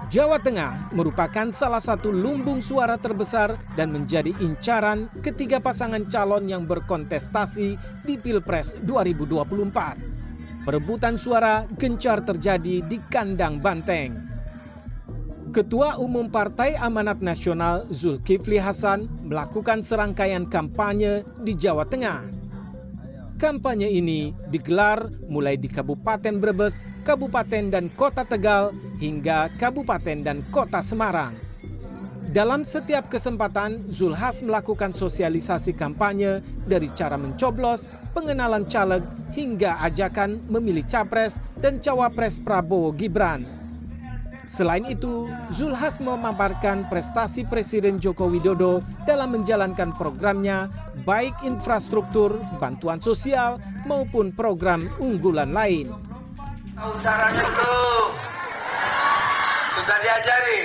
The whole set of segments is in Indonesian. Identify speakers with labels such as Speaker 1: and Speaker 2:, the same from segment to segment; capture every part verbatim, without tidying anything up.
Speaker 1: Jawa Tengah merupakan salah satu lumbung suara terbesar dan menjadi incaran ketiga pasangan calon yang berkontestasi di Pilpres dua ribu dua puluh empat. Perebutan suara gencar terjadi di kandang banteng. Ketua Umum Partai Amanat Nasional Zulkifli Hasan melakukan serangkaian kampanye di Jawa Tengah. Kampanye ini digelar mulai di Kabupaten Brebes, Kabupaten dan Kota Tegal, hingga Kabupaten dan Kota Semarang. Dalam setiap kesempatan, Zulhas melakukan sosialisasi kampanye dari cara mencoblos, pengenalan caleg, hingga ajakan memilih capres dan cawapres Prabowo Gibran. Selain itu, Zulhas memaparkan prestasi Presiden Joko Widodo dalam menjalankan programnya, baik infrastruktur, bantuan sosial, maupun program unggulan lain.
Speaker 2: Tahu caranya belum? Sudah diajari?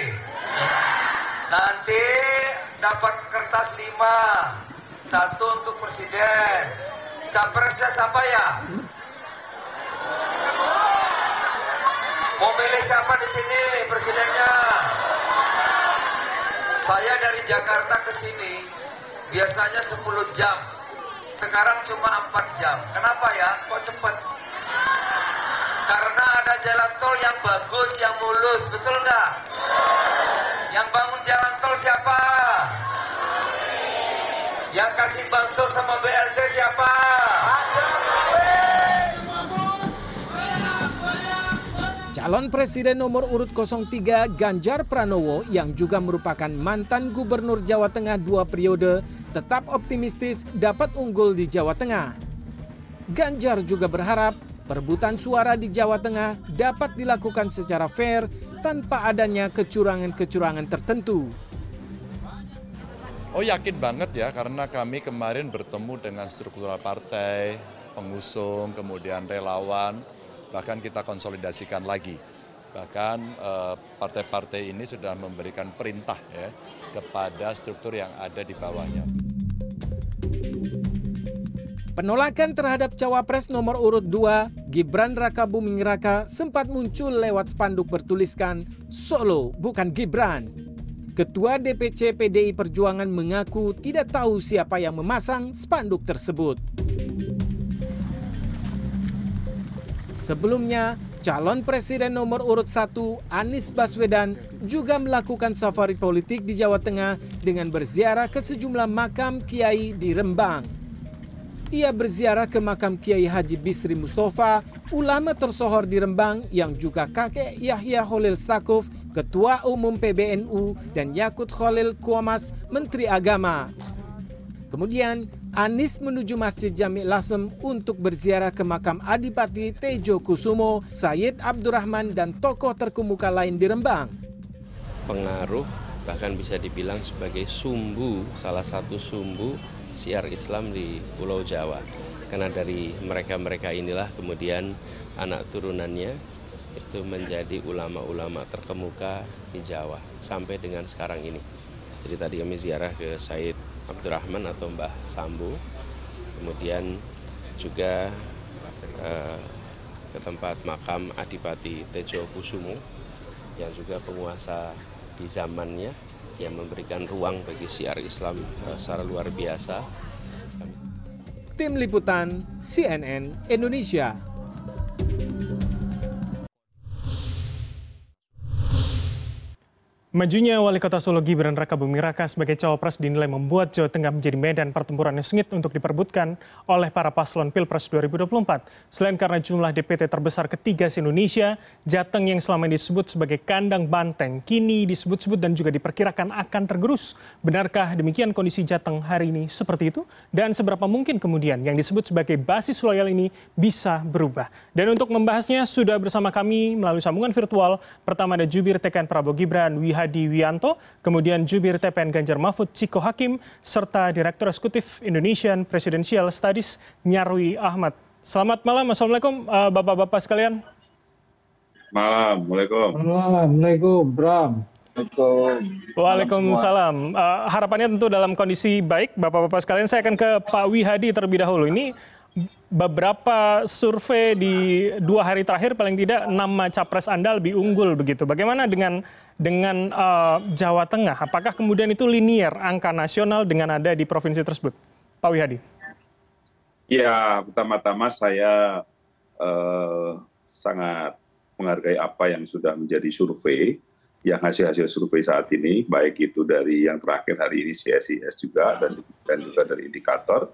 Speaker 2: Nanti dapat kertas lima, satu untuk Presiden. Capresnya siapa ya? Mau milih siapa di sini presidennya? Saya dari Jakarta ke sini biasanya sepuluh jam. Sekarang cuma empat jam. Kenapa ya? Kok cepat? Karena ada jalan tol yang bagus, yang mulus. Betul nggak? Yang bangun jalan tol siapa? Yang kasih bansos sama B L T siapa?
Speaker 1: Calon Presiden nomor urut nol tiga Ganjar Pranowo yang juga merupakan mantan Gubernur Jawa Tengah dua periode tetap optimistis dapat unggul di Jawa Tengah. Ganjar juga berharap perebutan suara di Jawa Tengah dapat dilakukan secara fair tanpa adanya kecurangan-kecurangan tertentu.
Speaker 3: Oh yakin banget ya, karena kami kemarin bertemu dengan struktural partai, pengusung, kemudian relawan, bahkan kita konsolidasikan lagi. Bahkan eh, partai-partai ini sudah memberikan perintah ya kepada struktur yang ada di bawahnya.
Speaker 1: Penolakan terhadap cawapres nomor urut dua, Gibran Rakabuming Raka, sempat muncul lewat spanduk bertuliskan Solo bukan Gibran. Ketua D P C P D I Perjuangan mengaku tidak tahu siapa yang memasang spanduk tersebut. Sebelumnya, calon presiden nomor urut satu Anies Baswedan juga melakukan safari politik di Jawa Tengah dengan berziarah ke sejumlah makam kiai di Rembang. Ia berziarah ke makam Kiai Haji Bisri Mustafa, ulama tersohor di Rembang yang juga kakek Yahya Khalil Stakuf, Ketua Umum P B N U, dan Yakut Khalil Kuamas, Menteri Agama. Kemudian, Anies menuju Masjid Jami' Lasem untuk berziarah ke makam Adipati Tejo Kusumo, Sayyid Abdurrahman, dan tokoh terkemuka lain di Rembang.
Speaker 4: Pengaruh, bahkan bisa dibilang sebagai sumbu, salah satu sumbu syiar Islam di Pulau Jawa. Karena dari mereka-mereka inilah kemudian anak turunannya itu menjadi ulama-ulama terkemuka di Jawa sampai dengan sekarang ini. Jadi tadi kami ziarah ke Sayyid Abdurrahman atau Mbah Sambu, kemudian juga uh, ke tempat makam Adipati Tejo Kusumo yang juga penguasa di zamannya yang memberikan ruang bagi syiar Islam uh, secara luar biasa.
Speaker 1: Tim Liputan C N N Indonesia.
Speaker 5: Majunya Wali Kota Solo Gibran Rakabuming Raka sebagai cawapres dinilai membuat Jawa Tengah menjadi medan pertempuran yang sengit untuk diperebutkan oleh para paslon Pilpres dua ribu dua puluh empat. Selain karena jumlah D P T terbesar ketiga se-Indonesia, Jateng yang selama ini disebut sebagai kandang banteng, kini disebut-sebut dan juga diperkirakan akan tergerus. Benarkah demikian kondisi Jateng hari ini seperti itu? Dan seberapa mungkin kemudian yang disebut sebagai basis loyal ini bisa berubah? Dan untuk membahasnya sudah bersama kami melalui sambungan virtual. Pertama ada Jubir T K N Prabowo Gibran, Wiha Hadi Wianto, kemudian Jubir T P N Ganjar Mahfud Ciko Hakim, serta Direktur Eksekutif Indonesian Presidential Studies Nyarwi Ahmad. Selamat malam, Assalamualaikum uh, Bapak-Bapak sekalian.
Speaker 6: Malam, Waalaikumsalam.
Speaker 7: Assalamualaikum, Bram.
Speaker 5: Waalaikumsalam. Uh, harapannya tentu dalam kondisi baik, Bapak-Bapak sekalian. Saya akan ke Pak Wihadi terlebih dahulu. Ini beberapa survei di dua hari terakhir paling tidak nama capres Anda lebih unggul begitu. Bagaimana dengan dengan uh, Jawa Tengah? Apakah kemudian itu linear angka nasional dengan ada di provinsi tersebut, Pak Wihadi?
Speaker 6: Ya, pertama-tama saya uh, sangat menghargai apa yang sudah menjadi survei, yang hasil-hasil survei saat ini, baik itu dari yang terakhir hari ini C S I S juga, dan, dan juga dari indikator.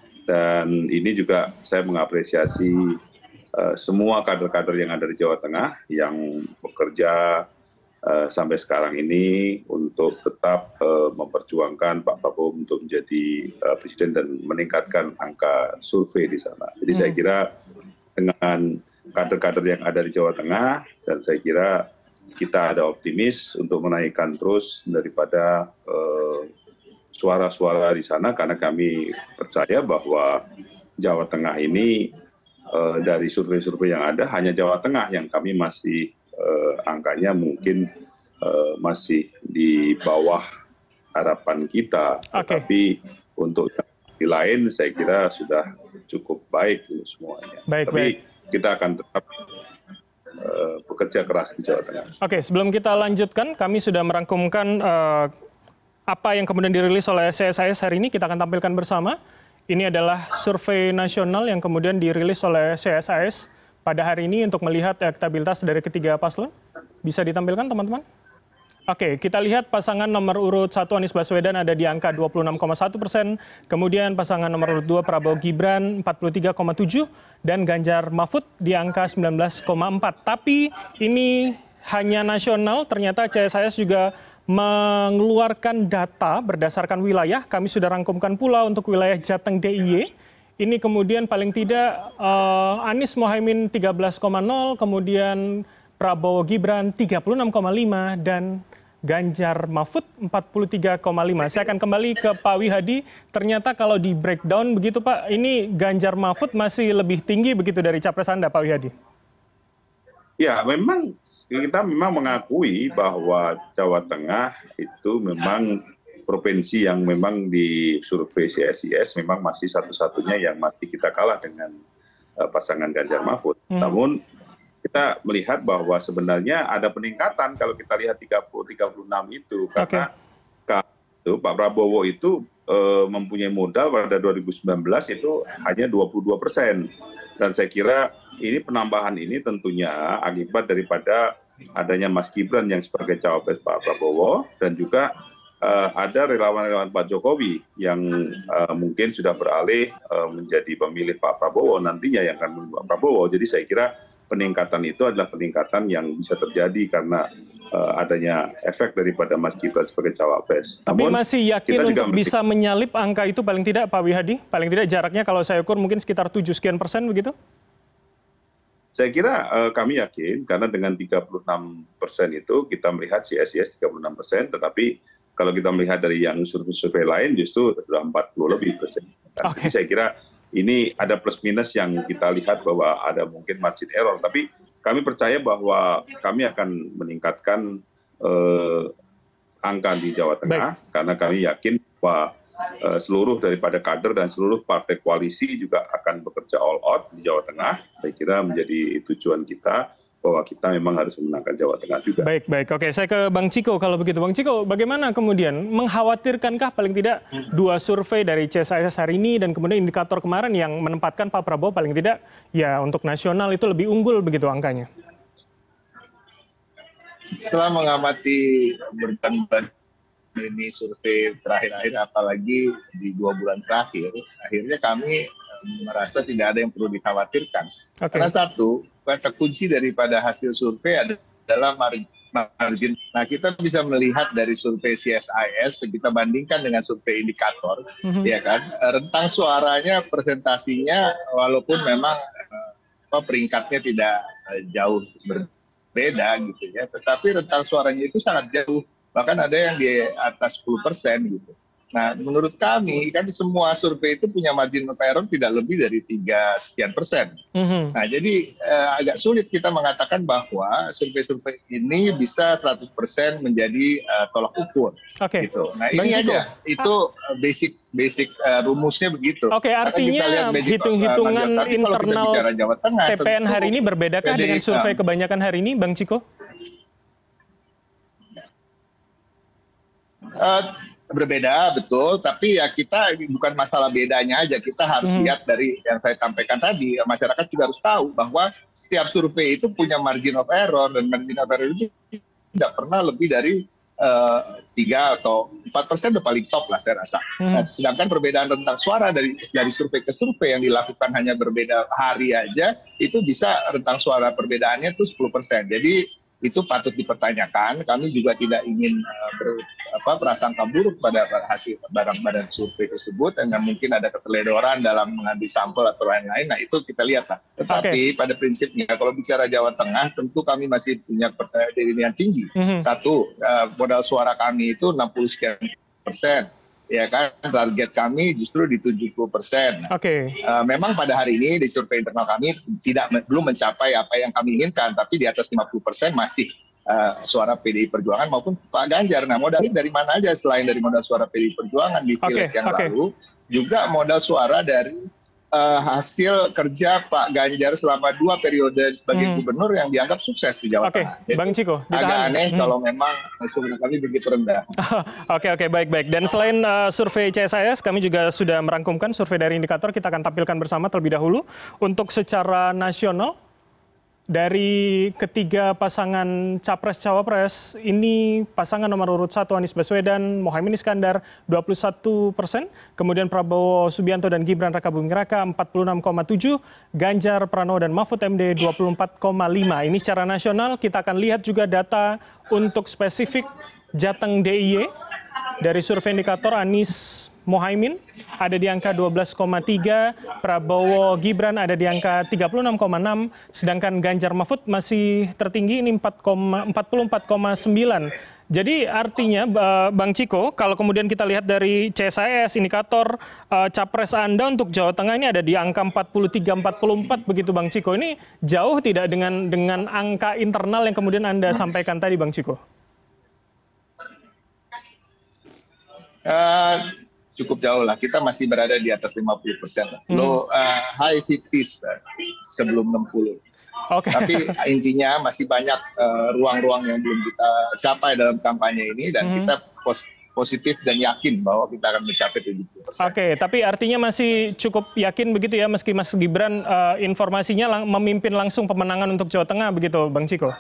Speaker 6: Dan ini juga saya mengapresiasi uh, semua kader-kader yang ada di Jawa Tengah yang bekerja uh, sampai sekarang ini untuk tetap uh, memperjuangkan Pak Prabowo untuk menjadi uh, presiden dan meningkatkan angka survei di sana. Jadi hmm. saya kira dengan kader-kader yang ada di Jawa Tengah, dan saya kira kita ada optimis untuk menaikkan terus daripada uh, suara-suara di sana, karena kami percaya bahwa Jawa Tengah ini uh, dari survei-survei yang ada, hanya Jawa Tengah yang kami masih uh, angkanya mungkin uh, masih di bawah harapan kita.
Speaker 5: Okay.
Speaker 6: Tapi untuk yang lain saya kira sudah cukup baik untuk semuanya.
Speaker 5: Baik,
Speaker 6: Tapi
Speaker 5: baik.
Speaker 6: kita akan tetap uh, bekerja keras di Jawa Tengah.
Speaker 5: Oke, sebelum kita lanjutkan, kami sudah merangkumkan uh, apa yang kemudian dirilis oleh C S I S hari ini, kita akan tampilkan bersama. Ini adalah survei nasional yang kemudian dirilis oleh C S I S pada hari ini untuk melihat elektabilitas dari ketiga paslon. Bisa ditampilkan teman-teman? Oke, kita lihat pasangan nomor urut satu Anies Baswedan ada di angka dua puluh enam koma satu persen, kemudian pasangan nomor urut dua Prabowo Gibran empat puluh tiga koma tujuh, dan Ganjar Mahfud di angka sembilan belas koma empat. Tapi ini hanya nasional, ternyata C S I S juga mengeluarkan data berdasarkan wilayah. Kami sudah rangkumkan pula untuk wilayah Jateng D I Y. Ini kemudian paling tidak uh, Anies Mohaimin tiga belas koma nol, kemudian Prabowo Gibran tiga puluh enam koma lima, dan Ganjar Mahfud empat puluh tiga koma lima. Saya akan kembali ke Pak Wihadi. Ternyata kalau di breakdown begitu Pak, ini Ganjar Mahfud masih lebih tinggi begitu dari capres Anda, Pak Wihadi?
Speaker 6: Ya, memang kita memang mengakui bahwa Jawa Tengah itu memang provinsi yang memang di survei C S I S memang masih satu-satunya yang masih kita kalah dengan uh, pasangan Ganjar Mahfud. Hmm. Namun kita melihat bahwa sebenarnya ada peningkatan kalau kita lihat tiga puluh tiga puluh enam itu, karena okay. itu, Pak Prabowo itu uh, mempunyai modal pada dua ribu sembilan belas itu hanya dua puluh dua persen. Dan saya kira ini penambahan ini tentunya akibat daripada adanya Mas Gibran yang sebagai cawapres Pak Prabowo, dan juga uh, ada relawan-relawan Pak Jokowi yang uh, mungkin sudah beralih uh, menjadi pemilih Pak Prabowo nantinya yang akan memilih Pak Prabowo. Jadi saya kira peningkatan itu adalah peningkatan yang bisa terjadi karena uh, adanya efek daripada Mas Gibran sebagai cawapres.
Speaker 5: Tapi
Speaker 6: Namun,
Speaker 5: masih yakin untuk bisa menyalip angka itu paling tidak, Pak Wihadi? Paling tidak jaraknya kalau saya ukur mungkin sekitar tujuh sekian persen begitu?
Speaker 6: Saya kira uh, kami yakin, karena dengan tiga puluh enam persen itu kita melihat C S I S tiga puluh enam persen, tetapi kalau kita melihat dari yang survei-survei lain justru sudah empat puluh lebih persen. Okay. Jadi saya kira ini ada plus minus yang kita lihat bahwa ada mungkin margin error, tapi kami percaya bahwa kami akan meningkatkan uh, angka di Jawa Tengah. Baik. Karena kami yakin bahwa uh, seluruh daripada kader dan seluruh partai koalisi juga akan bekerja all out di Jawa Tengah. Saya kira menjadi tujuan kita bahwa kita memang harus memenangkan Jawa Tengah juga.
Speaker 5: Baik, baik. Oke, saya ke Bang Ciko kalau begitu. Bang Ciko, bagaimana kemudian mengkhawatirkankah paling tidak dua survei dari C S I S hari ini dan kemudian indikator kemarin yang menempatkan Pak Prabowo paling tidak ya untuk nasional itu lebih unggul begitu angkanya?
Speaker 8: Setelah mengamati berbulan-bulan ini survei terakhir-akhir, apalagi di dua bulan terakhir, akhirnya kami merasa tidak ada yang perlu dikhawatirkan. Okay. Karena satu, kata kunci daripada hasil survei adalah margin. Nah, kita bisa melihat dari survei C S I S, kita bandingkan dengan survei indikator, mm-hmm. ya kan, rentang suaranya, presentasinya, walaupun memang apa, peringkatnya tidak jauh berbeda gitu ya, tetapi rentang suaranya itu sangat jauh, bahkan ada yang di atas sepuluh persen gitu. Nah, menurut kami kan semua survei itu punya margin of error tidak lebih dari tiga sekian persen. Mm-hmm. Nah, jadi eh, agak sulit kita mengatakan bahwa survei-survei ini bisa seratus persen menjadi uh, tolak ukur.
Speaker 5: Oke.
Speaker 8: Okay. Gitu. Nah, ini Bang aja Ciko. Itu uh, basic basic uh, rumusnya begitu.
Speaker 5: Oke, okay, artinya hitung-hitungan uh, internal Tengah, T P N hari ini berbedakah jadi, dengan survei uh, kebanyakan hari ini, Bang Ciko?
Speaker 8: Uh, berbeda, betul. Tapi ya kita bukan masalah bedanya aja. Kita harus hmm. lihat dari yang saya sampaikan tadi. Masyarakat juga harus tahu bahwa setiap survei itu punya margin of error. Dan margin of error itu tidak pernah lebih dari tiga uh, atau empat persen udah paling top lah saya rasa. Hmm. Nah, sedangkan perbedaan rentang suara dari dari survei ke survei yang dilakukan hanya berbeda hari aja, itu bisa rentang suara perbedaannya itu sepuluh persen. Jadi itu patut dipertanyakan. Kami juga tidak ingin uh, ber, apa, prasangka buruk pada hasil barang badan survei tersebut, dan mungkin ada keteledoran dalam mengambil sampel atau lain-lain. Nah, itu kita lihat lah. Tetapi okay. pada prinsipnya kalau bicara Jawa Tengah, tentu kami masih punya percaya diri yang tinggi. Mm-hmm. Satu, uh, modal suara kami itu enam puluh sekian persen. Ya kan, target kami justru di tujuh puluh persen. Oke. Okay. Uh, memang pada hari ini di survei internal kami tidak belum mencapai apa yang kami inginkan, tapi di atas lima puluh persen masih uh, suara P D I Perjuangan maupun Pak Ganjar. Nah, modalnya dari mana aja selain dari modal suara P D I Perjuangan di pileg okay. yang okay. lalu, juga modal suara dari uh, hasil kerja Pak Ganjar selama dua periode sebagai hmm. gubernur yang dianggap sukses di Jawa
Speaker 5: okay.
Speaker 8: Tengah.
Speaker 5: Oke, Bang Ciko.
Speaker 8: Agak aneh hmm. kalau memang suara kami begitu rendah.
Speaker 5: Oke, oke, baik-baik. Dan selain uh, survei C S I S, kami juga sudah merangkumkan survei dari indikator. Kita akan tampilkan bersama terlebih dahulu. Untuk secara nasional, dari ketiga pasangan Capres-Cawapres, ini pasangan nomor urut satu Anies Baswedan, Mohaimin Iskandar dua puluh satu persen, kemudian Prabowo Subianto dan Gibran Rakabuming Raka empat puluh enam koma tujuh, Ganjar Pranowo dan Mahfud M D dua puluh empat koma lima. Ini secara nasional. Kita akan lihat juga data untuk spesifik Jateng D I Y. Dari survei indikator Anies Mohaimin ada di angka dua belas koma tiga, Prabowo Gibran ada di angka tiga puluh enam koma enam, sedangkan Ganjar Mahfud masih tertinggi ini empat puluh empat koma sembilan. Jadi artinya Bang Ciko, kalau kemudian kita lihat dari C S I S indikator uh, capres Anda untuk Jawa Tengah ini ada di angka empat puluh tiga empat puluh empat begitu Bang Ciko. Ini jauh tidak dengan dengan angka internal yang kemudian Anda sampaikan tadi Bang Ciko?
Speaker 8: Uh, cukup jauh lah, kita masih berada di atas lima puluh persen, hmm. low uh, high fifties uh, sebelum enam puluh. Okay. Tapi intinya masih banyak ruang-ruang uh, yang belum kita capai dalam kampanye ini, dan hmm. kita pos positif dan yakin bahwa kita akan mencapai tujuh puluh persen. Oke,
Speaker 5: okay, tapi artinya masih cukup yakin begitu ya, meski Mas Gibran uh, informasinya lang memimpin langsung pemenangan untuk Jawa Tengah begitu Bang Ciko?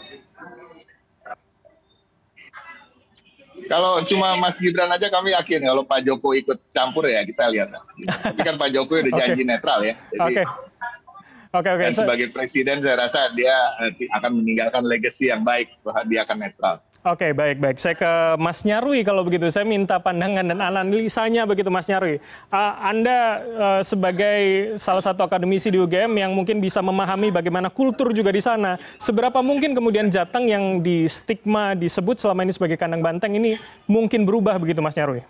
Speaker 8: Kalau cuma Mas Gibran aja kami yakin, kalau Pak Jokowi ikut campur ya kita lihat. Tapi kan Pak Jokowi udah janji okay. netral ya. Oke.
Speaker 5: Oke okay. oke. Okay,
Speaker 8: dan so, sebagai presiden saya rasa dia akan meninggalkan legacy yang baik bahwa dia akan netral.
Speaker 5: Oke, okay, baik-baik. Saya ke Mas Nyarwi kalau begitu. Saya minta pandangan dan analisanya begitu Mas Nyarwi. Uh, Anda uh, sebagai salah satu akademisi di U G M yang mungkin bisa memahami bagaimana kultur juga di sana. Seberapa mungkin kemudian Jateng yang di stigma disebut selama ini sebagai kandang banteng ini mungkin berubah begitu Mas Nyarwi?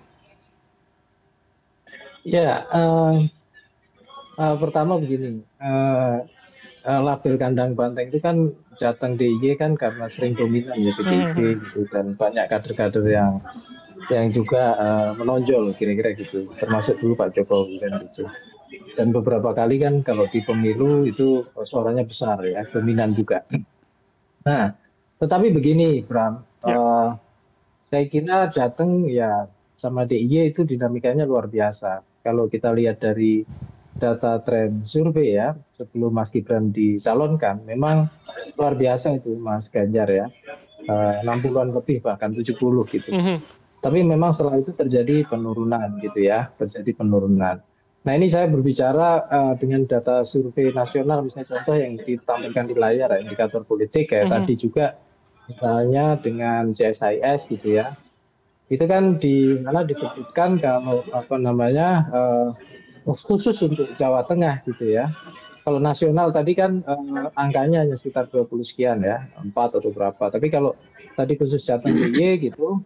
Speaker 7: Ya, uh, uh, pertama begini. Uh, Uh, label kandang banteng itu kan Jateng D I Y kan karena sering dominan ya P D I P hmm. gitu, dan banyak kader-kader yang yang juga uh, menonjol kira-kira gitu, termasuk dulu Pak Jokowi kan gitu. Dan beberapa kali kan kalau di pemilu itu suaranya besar ya, dominan juga. Nah, tetapi begini Bram, ya. uh, saya kira Jateng ya sama D I Y itu dinamikanya luar biasa. Kalau kita lihat dari data tren survei ya, sebelum Mas Gibran dicalonkan, memang luar biasa itu Mas Ganjar ya, enam puluhan lebih bahkan tujuh puluh gitu. Mm-hmm. Tapi memang setelah itu terjadi penurunan gitu ya, terjadi penurunan. Nah ini saya berbicara uh, dengan data survei nasional, misalnya contoh yang ditampilkan di layar, indikator politik kayak mm-hmm. tadi juga, misalnya dengan C S I S gitu ya, itu kan di mana disebutkan kalau apa namanya, uh, khusus untuk Jawa Tengah gitu ya. Kalau nasional tadi kan eh, angkanya hanya sekitar dua puluh sekian ya, empat atau berapa. Tapi kalau tadi khusus Jateng D I Y gitu,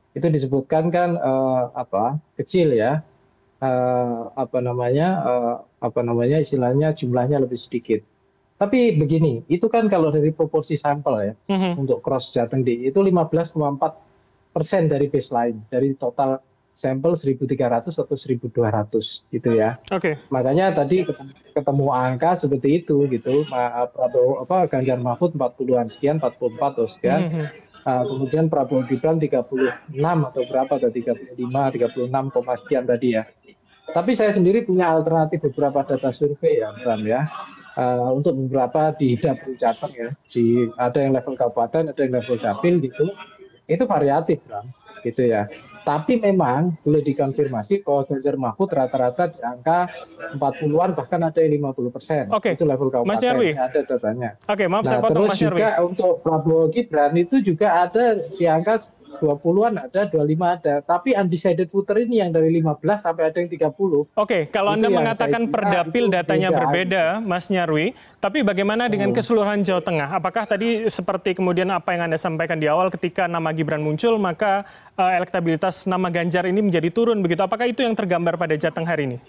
Speaker 7: itu disebutkan kan eh, apa kecil ya, eh, apa namanya eh, apa namanya istilahnya jumlahnya lebih sedikit. Tapi begini, itu kan kalau dari proporsi sampel ya,
Speaker 5: Mhm.
Speaker 7: untuk cross Jateng D I itu lima belas koma empat persen dari baseline, dari total sampel seribu tiga ratus atau seribu dua ratus gitu ya.
Speaker 5: Oke.
Speaker 7: Makanya tadi ketemu, ketemu angka seperti itu gitu, Ma- Prabowo apa Ganjar Mahfud empat puluhan sekian, empat puluh empat atau sekian.
Speaker 5: Mhm.
Speaker 7: Uh, kemudian Prabowo Gibran tiga puluh enam atau berapa atau tiga puluh lima, tiga puluh enam, sekian tadi ya. Tapi saya sendiri punya alternatif beberapa data survei ya, Bram ya. Uh, untuk beberapa di dapil Jateng ya, di ada yang level kabupaten, ada yang level dapil gitu, itu variatif Bram, gitu ya. Tapi memang boleh dikonfirmasi bahwa Ganjar Mahfud rata-rata di angka empat puluhan bahkan ada yang lima puluh persen.
Speaker 5: Oke.
Speaker 7: Itu level kabupaten,
Speaker 5: Mas Nyarwi.
Speaker 7: ada datanya.
Speaker 5: Oke, maaf
Speaker 7: Nah
Speaker 5: saya potong
Speaker 7: terus
Speaker 5: Mas Nyarwi.
Speaker 7: juga untuk Prabowo Gibran itu juga ada di angka dua puluhan ada, dua puluh lima ada. Tapi undecided voter ini yang dari lima belas sampai ada yang tiga puluh.
Speaker 5: Oke, kalau
Speaker 7: Itu
Speaker 5: Anda
Speaker 7: yang
Speaker 5: mengatakan
Speaker 7: saya
Speaker 5: per
Speaker 7: kira
Speaker 5: dapil
Speaker 7: itu
Speaker 5: datanya
Speaker 7: beda.
Speaker 5: berbeda, Mas Nyarwi, tapi bagaimana dengan keseluruhan Jawa Tengah? Apakah tadi seperti kemudian apa yang Anda sampaikan di awal ketika nama Gibran muncul, maka uh, elektabilitas nama Ganjar ini menjadi turun begitu? Apakah itu yang tergambar pada Jateng hari ini?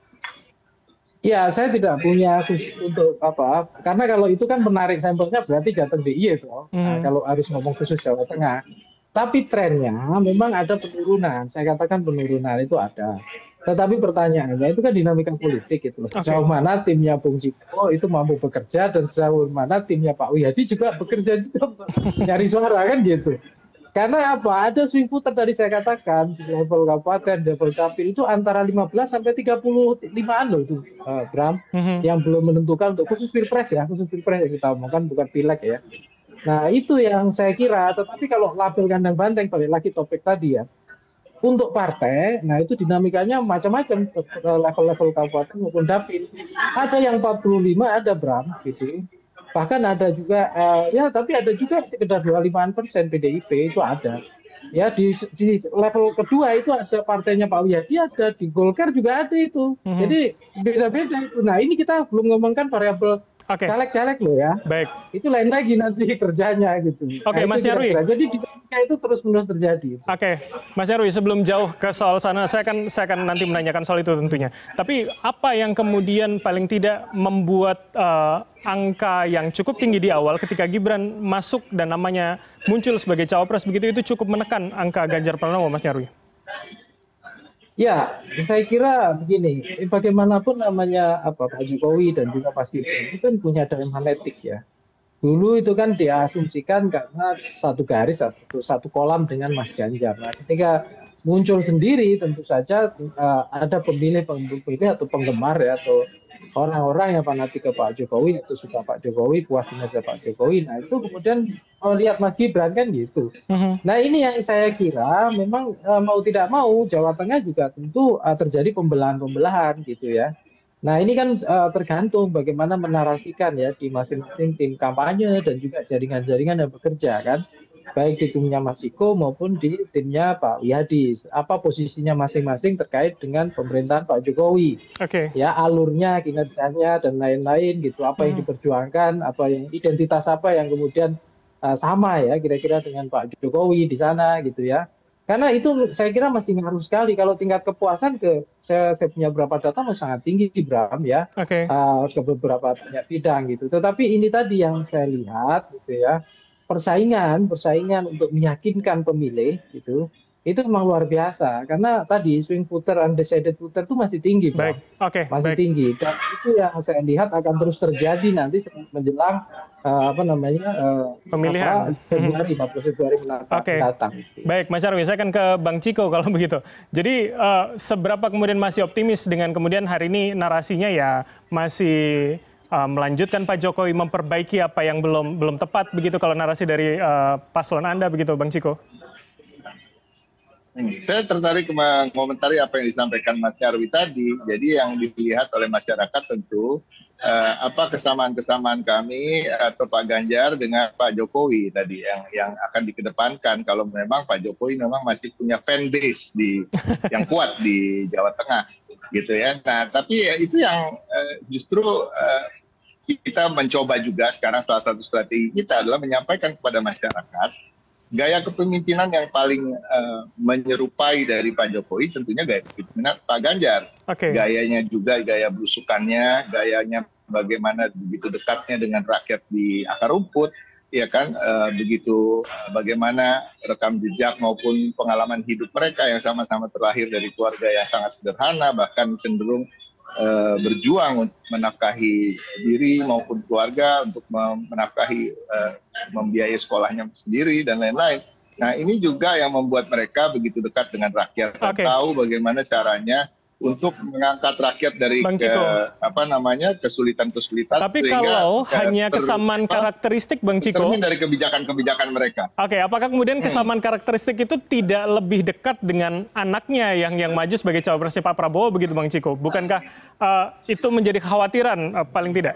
Speaker 7: Ya, saya tidak punya khusus untuk apa, karena kalau itu kan menarik sampelnya berarti Jateng D I I itu. Nah, kalau harus ngomong khusus Jawa Tengah. Tapi trennya memang ada penurunan. Saya katakan penurunan itu ada. Tetapi pertanyaannya itu kan dinamika politik gitu. Sejauh mana timnya Bung Ciko itu mampu bekerja dan sejauh mana timnya Pak Wiyadi juga bekerja juga nyari suara kan gitu. Karena apa? Ada swing voter tadi saya katakan di level kabupaten, level dapil itu antara lima belas sampai tiga puluh limaan loh itu, uh, Bram,
Speaker 5: Mhm.
Speaker 7: yang belum menentukan untuk khusus pilpres ya, khusus pilpres yang kita omongkan bukan pileg ya. Nah itu yang saya kira. Tetapi kalau label kandang banteng balik lagi topik tadi ya, untuk partai, nah itu dinamikanya macam-macam level-level kabupaten maupun dapil. Ada yang empat puluh lima ada Bram gitu. Bahkan ada juga uh, ya tapi ada juga sekitar dua puluh lima persen P D I P itu ada. Ya di, di level kedua itu ada partainya Pak Wiyadi, ada di Golkar juga ada itu.
Speaker 5: Mhm.
Speaker 7: Jadi beda-beda itu. Nah ini kita belum ngomongkan variabel
Speaker 5: Oke.
Speaker 7: caleg-caleg loh ya.
Speaker 5: Baik.
Speaker 7: Itu lain lagi nanti kerjanya gitu.
Speaker 5: Oke,
Speaker 7: Nah,
Speaker 5: Mas
Speaker 7: itu
Speaker 5: Nyarwi.
Speaker 7: kira-kira. Jadi dinamika itu terus-menerus terjadi.
Speaker 5: Oke, Mas Nyarwi, sebelum jauh ke soal sana, saya akan saya akan nanti menanyakan soal itu tentunya. Tapi apa yang kemudian paling tidak membuat uh, angka yang cukup tinggi di awal ketika Gibran masuk dan namanya muncul sebagai cawapres begitu itu cukup menekan angka Ganjar Pranowo, Mas Nyarwi?
Speaker 7: Ya, saya kira begini, bagaimanapun namanya apa Pak Jokowi dan juga Mas Gibran itu kan punya daya magnetik ya. Dulu itu kan diasumsikan karena satu garis atau satu kolam dengan Mas Ganjar. Nah, ketika muncul sendiri tentu saja uh, ada pemilih-pemilih atau penggemar ya atau orang-orang yang fanatik ke Pak Jokowi atau suka Pak Jokowi, puas kinerja Pak Jokowi. Nah, itu kemudian oh, lihat Mas Gibran kan gitu.
Speaker 5: Mhm.
Speaker 7: Nah, ini yang saya kira memang uh, mau tidak mau Jawa Tengah juga tentu uh, terjadi pembelahan-pembelahan gitu ya. Nah ini kan uh, tergantung bagaimana menarasikan ya di masing-masing tim kampanye dan juga jaringan-jaringan yang bekerja kan. Baik di timnya Mas Iko maupun di timnya Pak Wiyadi. Apa posisinya masing-masing terkait dengan pemerintahan Pak Jokowi.
Speaker 5: Oke.
Speaker 7: Ya alurnya, kinerjanya dan lain-lain gitu. Apa yang
Speaker 5: Hmm.
Speaker 7: diperjuangkan, apa yang identitas apa yang kemudian uh, sama ya kira-kira dengan Pak Jokowi di sana gitu ya. Karena itu saya kira masih ngaruh sekali kalau tingkat kepuasan ke saya, saya punya beberapa data masih sangat tinggi di Bram ya
Speaker 5: Oke.
Speaker 7: uh, ke beberapa banyak bidang gitu. Tetapi ini tadi yang saya lihat gitu ya persaingan persaingan untuk meyakinkan pemilih gitu itu memang luar biasa karena tadi swing voter undecided voter itu masih tinggi Bram.
Speaker 5: Baik. Oke,
Speaker 7: Masih
Speaker 5: baik.
Speaker 7: tinggi dan itu yang saya lihat akan terus terjadi nanti menjelang uh, apa namanya uh,
Speaker 5: Pemilihan.
Speaker 7: apa, Februari lima belas Februari mendatang.
Speaker 5: Oke.
Speaker 7: mendatang.
Speaker 5: Baik, Mas Nyarwi, saya akan ke Bang Ciko kalau begitu. Jadi eh, seberapa kemudian masih optimis dengan kemudian hari ini narasinya ya masih eh, melanjutkan Pak Jokowi memperbaiki apa yang belum belum tepat begitu kalau narasi dari eh, paslon Anda begitu, Bang Ciko?
Speaker 8: Hmm, saya tertarik mengomentari apa yang disampaikan Mas Nyarwi tadi. Jadi yang dilihat oleh masyarakat tentu uh, apa kesamaan-kesamaan kami atau Pak Ganjar dengan Pak Jokowi tadi yang yang akan dikedepankan kalau memang Pak Jokowi memang masih punya fan base di yang kuat di Jawa Tengah gitu ya. Nah, tapi ya, itu yang uh, justru uh, kita mencoba juga sekarang salah satu strategi kita adalah menyampaikan kepada masyarakat gaya kepemimpinan yang paling uh, menyerupai dari Pak Jokowi tentunya gaya kepemimpinan Pak Ganjar.
Speaker 5: Okay.
Speaker 8: Gayanya juga, gaya belusukannya, gayanya bagaimana begitu dekatnya dengan rakyat di akar rumput, ya kan, uh, begitu uh, bagaimana rekam jejak maupun pengalaman hidup mereka yang sama-sama terlahir dari keluarga yang sangat sederhana, bahkan cenderung uh, berjuang untuk menafkahi diri maupun keluarga, untuk menafkahi, uh, membiayai sekolahnya sendiri dan lain-lain. Nah, ini juga yang membuat mereka begitu dekat dengan rakyat dan
Speaker 5: okay.
Speaker 8: tahu bagaimana caranya untuk mengangkat rakyat dari ke, apa namanya kesulitan-kesulitan.
Speaker 5: Tapi kalau
Speaker 8: ke,
Speaker 5: hanya
Speaker 8: ter,
Speaker 5: kesamaan
Speaker 8: apa,
Speaker 5: karakteristik, Bang Ciko,
Speaker 8: dari kebijakan-kebijakan mereka.
Speaker 5: Oke, okay, apakah kemudian kesamaan hmm. karakteristik itu tidak lebih dekat dengan anaknya yang yang maju sebagai cawapresnya Pak Prabowo begitu, Bang Ciko? Bukankah uh, itu menjadi kekhawatiran uh, paling tidak?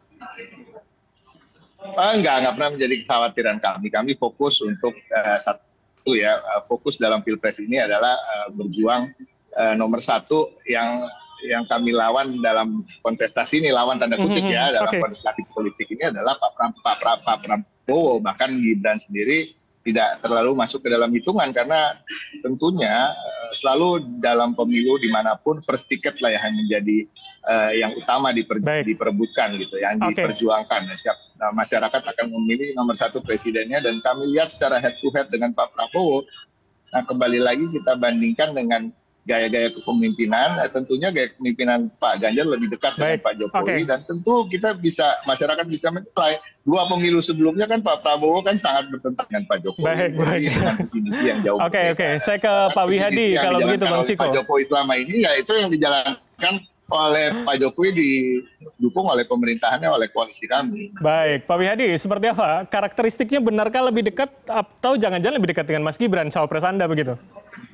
Speaker 8: Uh, enggak, enggak pernah menjadi kekhawatiran kami. Kami fokus untuk uh, satu ya, uh, fokus dalam Pilpres ini adalah uh, berjuang. Uh, nomor satu yang yang kami lawan dalam kontestasi ini, lawan tanda kutip mm-hmm. ya dalam okay. kontestasi politik ini adalah Pak Pram, Pak Pram, Pak Prabowo. Bahkan Gibran sendiri tidak terlalu masuk ke dalam hitungan karena tentunya uh, selalu dalam pemilu dimanapun first ticket lah yang menjadi uh, yang utama diper, diperebutkan gitu, yang okay. diperjuangkan. Nah, masyarakat akan memilih nomor satu presidennya dan kami lihat secara head to head dengan Pak Prabowo. Nah, kembali lagi kita bandingkan dengan gaya-gaya kepemimpinan, tentunya gaya kepemimpinan Pak Ganjar lebih dekat dengan Pak Jokowi, okay. dan tentu kita bisa, masyarakat bisa menilai dua pemilu sebelumnya kan Pak Prabowo kan sangat bertentangan dengan Pak Jokowi. Baik, baik. Dengan visi-misi yang jauh.
Speaker 5: Oke, okay, oke. Okay. Saya ke Pak Wihadi kalau begitu, Bang Ciko.
Speaker 8: Pak Jokowi selama ini ya itu yang dijalankan oleh Pak Jokowi, didukung oleh pemerintahannya, oleh koalisi kami.
Speaker 5: Baik, Pak Wihadi, seperti apa? Karakteristiknya benarkah lebih dekat atau jangan-jangan lebih dekat dengan Mas Gibran, cawapres Anda begitu?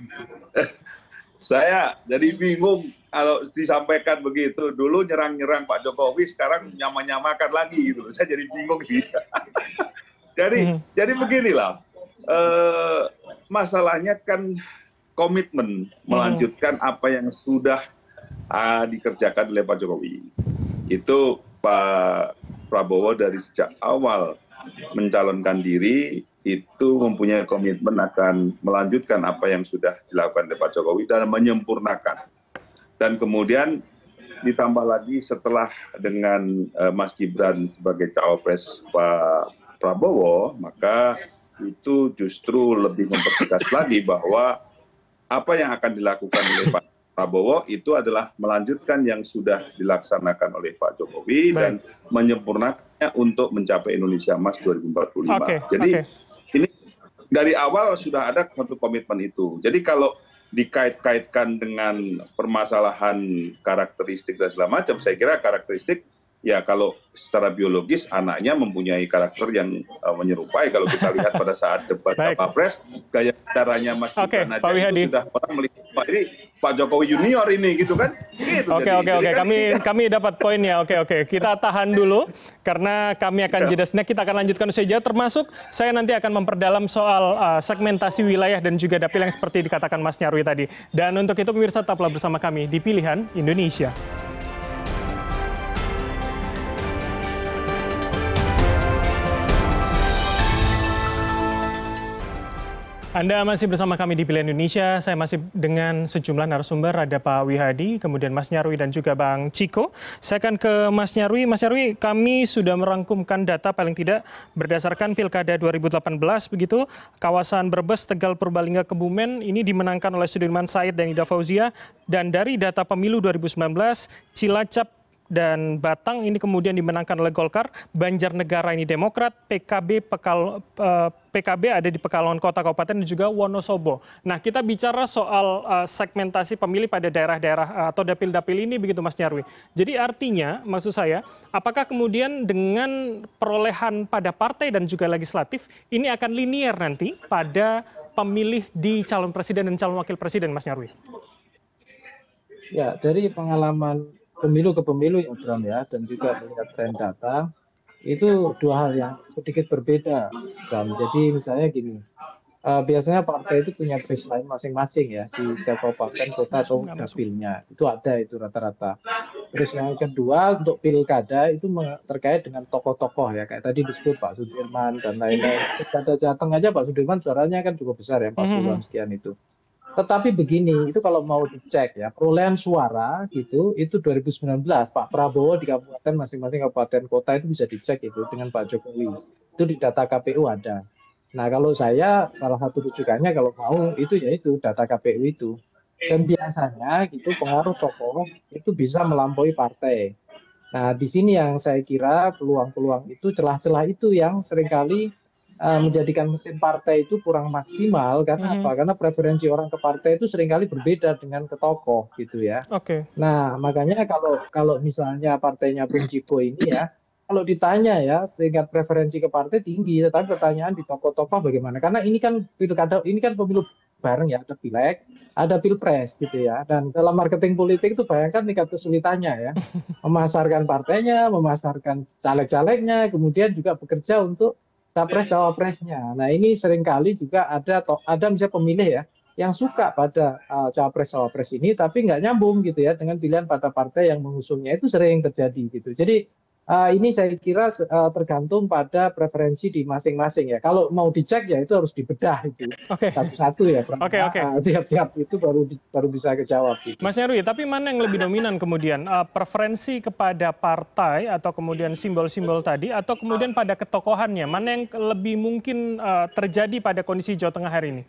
Speaker 6: Saya jadi bingung kalau disampaikan begitu. Dulu nyerang-nyerang Pak Jokowi, sekarang nyama-nyamakan lagi gitu. Saya jadi bingung. jadi hmm. jadi beginilah. Eh, masalahnya kan komitmen hmm. melanjutkan apa yang sudah uh, dikerjakan oleh Pak Jokowi. Itu Pak Prabowo dari sejak awal mencalonkan diri itu mempunyai komitmen akan melanjutkan apa yang sudah dilakukan oleh Pak Jokowi dan menyempurnakan. Dan kemudian ditambah lagi setelah dengan uh, Mas Gibran sebagai cawapres Pak Prabowo, maka itu justru lebih mempertegas lagi bahwa apa yang akan dilakukan oleh Pak Prabowo itu adalah melanjutkan yang sudah dilaksanakan oleh Pak Jokowi. Baik. Dan menyempurnakannya untuk mencapai Indonesia Emas dua ribu empat puluh lima. Okay. Jadi okay. ini dari awal sudah ada satu komitmen itu. Jadi kalau dikait-kaitkan dengan permasalahan karakteristik dan segala macam, saya kira karakteristik ya kalau secara biologis anaknya mempunyai karakter yang uh, menyerupai. Kalau kita lihat pada saat debat Capres, gaya caranya Mas Gibran aja itu sudah orang melihat ini Pak Jokowi junior ini gitu kan. Gitu,
Speaker 5: oke oke oke kami kami dapat poinnya. Oke oke kita tahan dulu karena kami akan jeda snack, kita akan lanjutkan saja, termasuk saya nanti akan memperdalam soal uh, segmentasi wilayah dan juga dapil yang seperti dikatakan Mas Nyarwi tadi. Dan untuk itu pemirsa tetaplah bersama kami di Pilihan Indonesia. Anda masih bersama kami di Pilihan Indonesia. Saya masih dengan sejumlah narasumber, ada Pak Wihadi, kemudian Mas Nyarwi dan juga Bang Ciko. Saya akan ke Mas Nyarwi. Mas Nyarwi, kami sudah merangkumkan data paling tidak berdasarkan Pilkada dua ribu delapan belas begitu. Kawasan Brebes, Tegal, Purbalingga, Kebumen ini dimenangkan oleh Sudirman Said dan Ida Fauzia. Dan dari data pemilu dua ribu sembilan belas, Cilacap dan Batang ini kemudian dimenangkan oleh Golkar, Banjarnegara ini Demokrat, P K B Pekal, uh, P K B ada di Pekalongan Kota Kabupaten dan juga Wonosobo. Nah, kita bicara soal uh, segmentasi pemilih pada daerah-daerah uh, atau dapil-dapil ini begitu Mas Nyarwi. Jadi artinya maksud saya, apakah kemudian dengan perolehan pada partai dan juga legislatif ini akan linear nanti pada pemilih di calon presiden dan calon wakil presiden, Mas Nyarwi?
Speaker 7: Ya, dari pengalaman pemilu ke pemilu ya Bram ya, dan juga melihat tren data itu dua hal yang sedikit berbeda Bram. Jadi misalnya gini, uh, biasanya partai itu punya baseline masing-masing ya di setiap kabupaten, kota atau dapilnya, itu ada itu rata-rata. Terus yang kedua untuk pilkada itu terkait dengan tokoh-tokoh ya, kayak tadi disebut Pak Sudirman dan lain-lain. Pilkada Jateng aja Pak Sudirman suaranya kan cukup besar ya, empat puluhan sekian itu. Tetapi begini, itu kalau mau dicek ya, perolehan suara gitu, itu dua ribu sembilan belas Pak Prabowo di kabupaten masing-masing kabupaten kota itu bisa dicek itu dengan Pak Jokowi. Itu di data K P U ada. Nah kalau saya salah satu rujukannya kalau mau itu ya itu data K P U itu. Dan biasanya gitu pengaruh tokoh itu bisa melampaui partai. Nah di sini yang saya kira peluang-peluang itu, celah-celah itu yang seringkali uh, menjadikan mesin partai itu kurang maksimal. Karena mm-hmm. apa? Karena preferensi orang ke partai itu seringkali berbeda dengan ke tokoh gitu ya.
Speaker 5: Oke. Okay.
Speaker 7: Nah makanya kalau kalau misalnya partainya Bung Ciko ini ya, kalau ditanya ya tingkat preferensi ke partai tinggi, tetapi pertanyaan di tokoh-tokoh bagaimana? Karena ini kan pilkada, ini kan pemilu bareng ya, ada pileg, ada pilpres gitu ya. Dan dalam marketing politik itu bayangkan tingkat kesulitannya ya, memasarkan partainya, memasarkan caleg-calegnya, kemudian juga bekerja untuk capres cawapresnya. Nah ini seringkali juga ada ada misalnya pemilih ya yang suka pada uh, cawapres cawapres ini, tapi nggak nyambung gitu ya dengan pilihan pada partai yang mengusungnya, itu sering terjadi gitu. Jadi Uh, ini saya kira uh, tergantung pada preferensi di masing-masing ya. Kalau mau dicek ya itu harus dibedah itu okay. satu-satu ya.
Speaker 5: Oke oke.
Speaker 7: Uh, tiap-tiap itu baru baru bisa kejawab. Gitu.
Speaker 5: Mas Nyarwi, tapi mana yang lebih dominan kemudian uh, preferensi kepada partai atau kemudian simbol-simbol tadi, atau kemudian pada ketokohannya? Mana yang lebih mungkin uh, terjadi pada kondisi Jawa Tengah hari ini?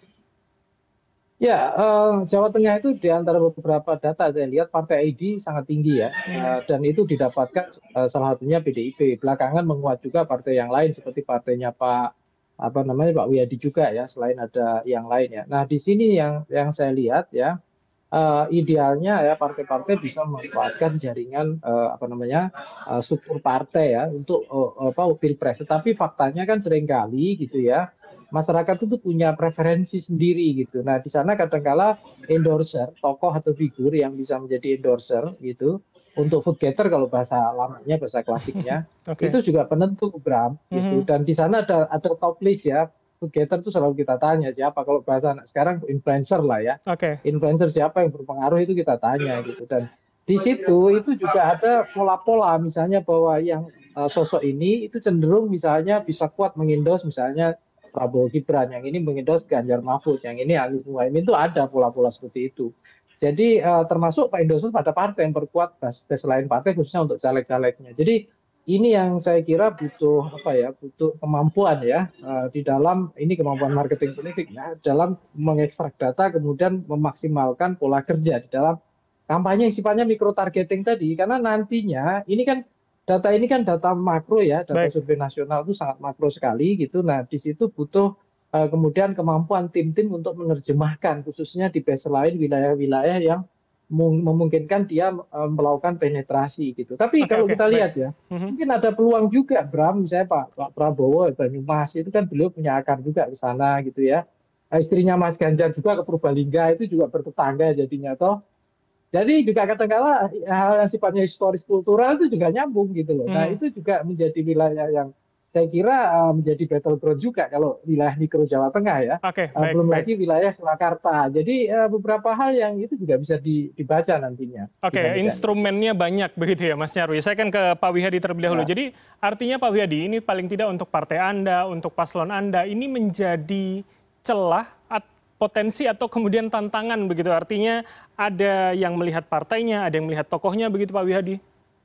Speaker 7: Ya, uh, Jawa Tengah itu di antara beberapa data saya lihat partai I D sangat tinggi ya, uh, dan itu didapatkan uh, salah satunya P D I P. Belakangan menguat juga partai yang lain seperti partainya Pak apa namanya Pak Wiyadi juga ya, selain ada yang lain ya. Nah di sini yang yang saya lihat ya, uh, idealnya ya partai-partai bisa memanfaatkan jaringan uh, apa namanya uh, struktur partai ya untuk uh, apa pilpres. Tetapi faktanya kan seringkali gitu ya, masyarakat itu punya preferensi sendiri gitu. Nah di sana kadangkala endorser, tokoh atau figur yang bisa menjadi endorser gitu untuk vote getter kalau bahasa lamanya, bahasa klasiknya, okay. itu juga penentu Bram gitu. Mm-hmm. Dan di sana ada ada top list ya. Vote getter itu selalu kita tanya siapa, kalau bahasa anak sekarang influencer lah ya.
Speaker 5: Okay.
Speaker 7: Influencer siapa yang berpengaruh itu kita tanya gitu. Dan di situ itu juga ada pola-pola misalnya bahwa yang uh, sosok ini itu cenderung misalnya bisa kuat mengendos misalnya Prabowo Gibran, yang ini mengendos Ganjar Mahfud, yang ini Anies Muhaimin, itu ada pola-pola seperti itu. Jadi uh, termasuk Pak endorsement pada partai yang berkuat basis lain partai khususnya untuk caleg-calegnya. Jadi ini yang saya kira butuh apa ya, butuh kemampuan ya uh, di dalam ini kemampuan marketing politik ya, dalam mengekstrak data kemudian memaksimalkan pola kerja di dalam kampanye yang sifatnya micro targeting tadi, karena nantinya ini kan data ini kan data makro ya, data Baik. survei nasional itu sangat makro sekali gitu. Nah di situ butuh uh, kemudian kemampuan tim-tim untuk menerjemahkan khususnya di baseline wilayah-wilayah yang memungkinkan dia uh, melakukan penetrasi gitu. Tapi okay, kalau okay. kita lihat ya, mm-hmm. mungkin ada peluang juga Bram, misalnya Pak, Pak Prabowo, Banyumas itu kan beliau punya akar juga ke sana gitu ya. Istrinya Mas Ganjar juga ke Purbalingga itu juga bertetangga jadinya toh. Jadi juga kadang-kala hal yang sifatnya historis kultural itu juga nyambung gitu loh. Hmm. Nah itu juga menjadi wilayah yang saya kira uh, menjadi battleground juga kalau wilayah mikro Jawa Tengah ya.
Speaker 5: Okay,
Speaker 7: uh,
Speaker 5: baik,
Speaker 7: belum
Speaker 5: baik.
Speaker 7: lagi wilayah Surakarta. Jadi uh, beberapa hal yang itu juga bisa dibaca nantinya.
Speaker 5: Oke, okay, instrumennya banyak begitu ya Mas Nyarwi. Saya kan ke Pak Wihadi terlebih dahulu. Ya. Jadi artinya Pak Wihadi ini paling tidak untuk partai Anda, untuk paslon Anda ini menjadi celah potensi atau kemudian tantangan begitu, artinya ada yang melihat partainya, ada yang melihat tokohnya begitu Pak Wihadi?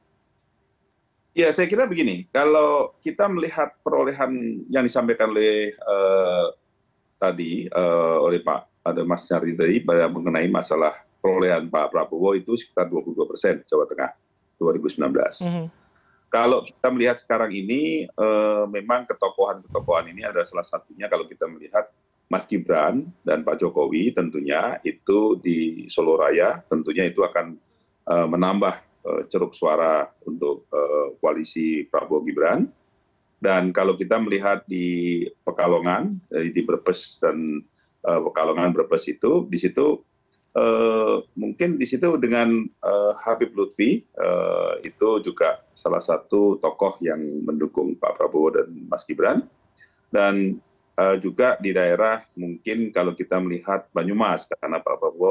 Speaker 6: Ya saya kira begini, kalau kita melihat perolehan yang disampaikan oleh uh, tadi uh, oleh Pak ada Mas Nyarwi tadi mengenai masalah perolehan Pak Prabowo itu sekitar dua puluh dua persen Jawa Tengah dua ribu sembilan belas. Mm-hmm. Kalau kita melihat sekarang ini uh, memang ketokohan-ketokohan ini adalah salah satunya kalau kita melihat Mas Gibran dan Pak Jokowi tentunya itu di Solo Raya tentunya itu akan uh, menambah uh, ceruk suara untuk uh, koalisi Prabowo Gibran. Dan kalau kita melihat di Pekalongan, uh, di Brebes dan uh, Pekalongan Brebes itu, di situ uh, mungkin di situ dengan uh, Habib Lutfi uh, itu juga salah satu tokoh yang mendukung Pak Prabowo dan Mas Gibran. Dan Uh, juga di daerah mungkin kalau kita melihat Banyumas karena Pak Prabowo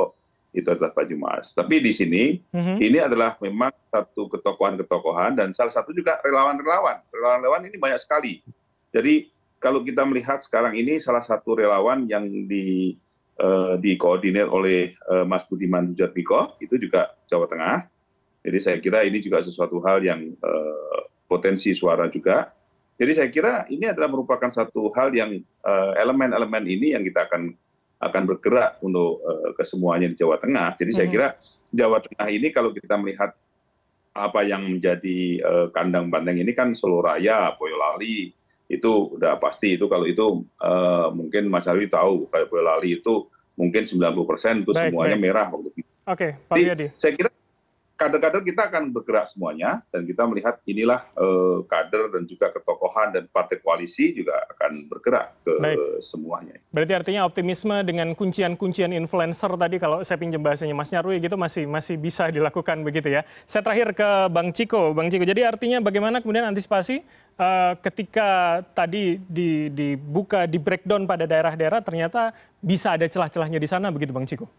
Speaker 6: itu adalah Pak Jumas. Tapi di sini, mm-hmm. ini adalah memang satu ketokohan-ketokohan dan salah satu juga relawan-relawan. Relawan-relawan ini banyak sekali. Jadi kalau kita melihat sekarang ini salah satu relawan yang di, uh, dikoordinir oleh uh, Mas Budiman Sujatmiko, itu juga Jawa Tengah. Jadi saya kira ini juga sesuatu hal yang uh, potensi suara juga. Jadi saya kira ini adalah merupakan satu hal yang uh, elemen-elemen ini yang kita akan akan bergerak untuk uh, kesemuanya di Jawa Tengah. Jadi saya kira Jawa Tengah ini kalau kita melihat apa yang menjadi uh, kandang banteng ini kan Solo Raya, Boyolali, itu udah pasti. Itu kalau itu uh, mungkin Mas Nyarwi tahu, kayak Boyolali itu mungkin sembilan puluh persen itu baik, semuanya baik. merah waktu itu.
Speaker 5: Oke, Pak Wiyadi.
Speaker 6: Saya kira kader-kader kita akan bergerak semuanya, dan kita melihat inilah eh, kader dan juga ketokohan dan partai koalisi juga akan bergerak ke Baik. semuanya.
Speaker 5: Berarti artinya optimisme dengan kuncian-kuncian influencer tadi, kalau saya pinjam bahasanya Mas Nyarwi gitu, masih masih bisa dilakukan begitu ya. Saya terakhir ke Bang Ciko, Bang Ciko. Jadi artinya bagaimana kemudian antisipasi uh, ketika tadi di, dibuka di breakdown pada daerah-daerah, ternyata bisa ada celah-celahnya di sana begitu, Bang Ciko?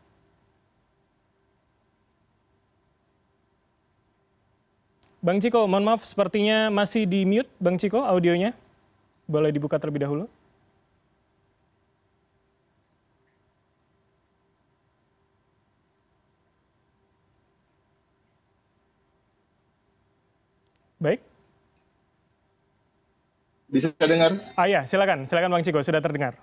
Speaker 5: Bang Ciko, mohon maaf sepertinya masih di mute, Bang Ciko, audionya. Boleh dibuka terlebih dahulu. Baik.
Speaker 8: Bisa dengar?
Speaker 5: Ah ya, silakan, silakan Bang Ciko, sudah terdengar.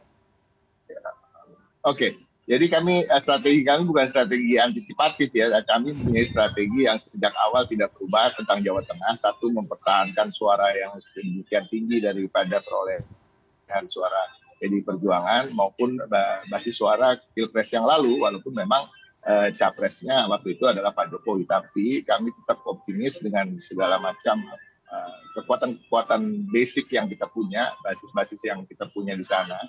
Speaker 8: Oke. Jadi kami, strategi kami bukan strategi antisipatif ya, kami punya strategi yang sejak awal tidak berubah tentang Jawa Tengah. Satu, mempertahankan suara yang sedemikian tinggi daripada perolehan suara P D I Perjuangan maupun basis suara Pilpres yang lalu, walaupun memang eh, capresnya waktu itu adalah Pak Jokowi. Tapi kami tetap optimis dengan segala macam uh, kekuatan-kekuatan basic yang kita punya, basis-basis yang kita punya di sana.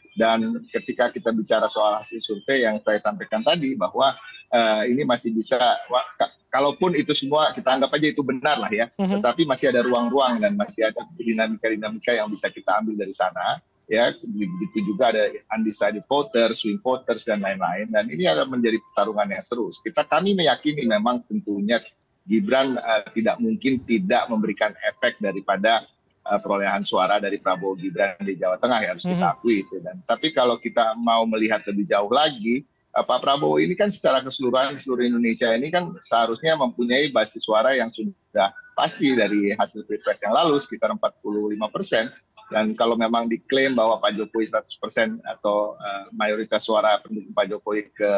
Speaker 8: Dan ketika kita bicara soal hasil survei yang saya sampaikan tadi, bahwa uh, ini masih bisa, wah, kalaupun itu semua kita anggap aja itu benar lah ya, uh-huh. tetapi masih ada ruang-ruang dan masih ada dinamika-dinamika yang bisa kita ambil dari sana. Ya, begitu juga ada undecided voters, swing voters dan lain-lain. Dan ini akan menjadi pertarungan yang seru. Kita kami meyakini memang tentunya Gibran uh, tidak mungkin tidak memberikan efek daripada Uh, perolehan suara dari Prabowo Gibran di Jawa Tengah, ya harus kita akui itu. Dan tapi kalau kita mau melihat lebih jauh lagi, uh, Pak Prabowo ini kan secara keseluruhan seluruh Indonesia ini kan seharusnya mempunyai basis suara yang sudah pasti dari hasil Pilpres yang lalu sekitar empat puluh lima persen. Dan kalau memang diklaim bahwa Pak Jokowi seratus persen atau uh, mayoritas suara pendukung Pak Jokowi ke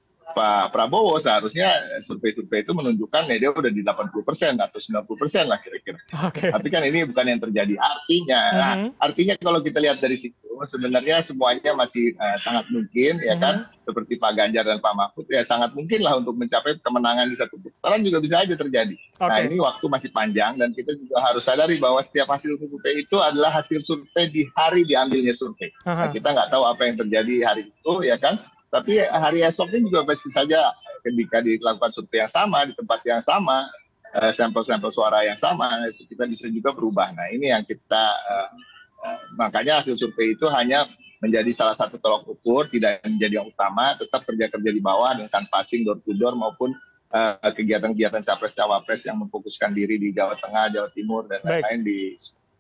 Speaker 8: Pak Prabowo, seharusnya survei-survei itu menunjukkan ya dia udah di delapan puluh persen atau sembilan puluh persen lah kira-kira. Okay. Tapi kan ini bukan yang terjadi. Artinya, mm-hmm. nah, artinya kalau kita lihat dari situ, sebenarnya semuanya masih uh, sangat mungkin, ya kan? Mm-hmm. Seperti Pak Ganjar dan Pak Mahfud, ya sangat mungkin lah untuk mencapai kemenangan di satu putaran juga bisa aja terjadi. Okay. Nah ini waktu masih panjang dan kita juga harus sadari bahwa setiap hasil survei itu adalah hasil survei di hari diambilnya survei. Uh-huh. Nah, kita nggak tahu apa yang terjadi hari itu, ya kan? Tapi hari esoknya juga pasti saja ketika dilakukan survei yang sama, di tempat yang sama, uh, sampel-sampel suara yang sama, kita bisa juga berubah. Nah ini yang kita, uh, uh, makanya hasil survei itu hanya menjadi salah satu tolok ukur, tidak menjadi yang utama, tetap kerja-kerja di bawah dengan passing door to door maupun uh, kegiatan-kegiatan capres-cawapres yang memfokuskan diri di Jawa Tengah, Jawa Timur, dan lain-lain di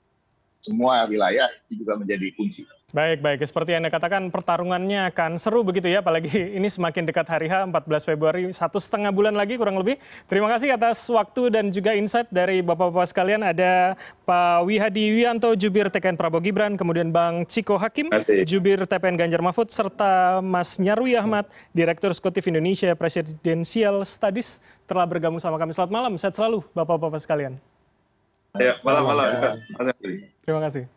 Speaker 8: semua wilayah itu juga menjadi kunci.
Speaker 5: Baik, baik. Seperti yang Anda katakan, pertarungannya akan seru begitu ya, apalagi ini semakin dekat hari H, empat belas Februari, satu setengah bulan lagi kurang lebih. Terima kasih atas waktu dan juga insight dari Bapak-Bapak sekalian. Ada Pak Wihadi Wianto, Jubir T K N Prabowo Gibran, kemudian Bang Ciko Hakim, Jubir T P N Ganjar Mahfud, serta Mas Nyarwi Ahmad, Direktur Eksekutif Indonesia Presidential Studies, telah bergabung sama kami. Selamat malam, sehat selalu Bapak-Bapak sekalian.
Speaker 6: Ya, malam-malam.
Speaker 5: Terima kasih.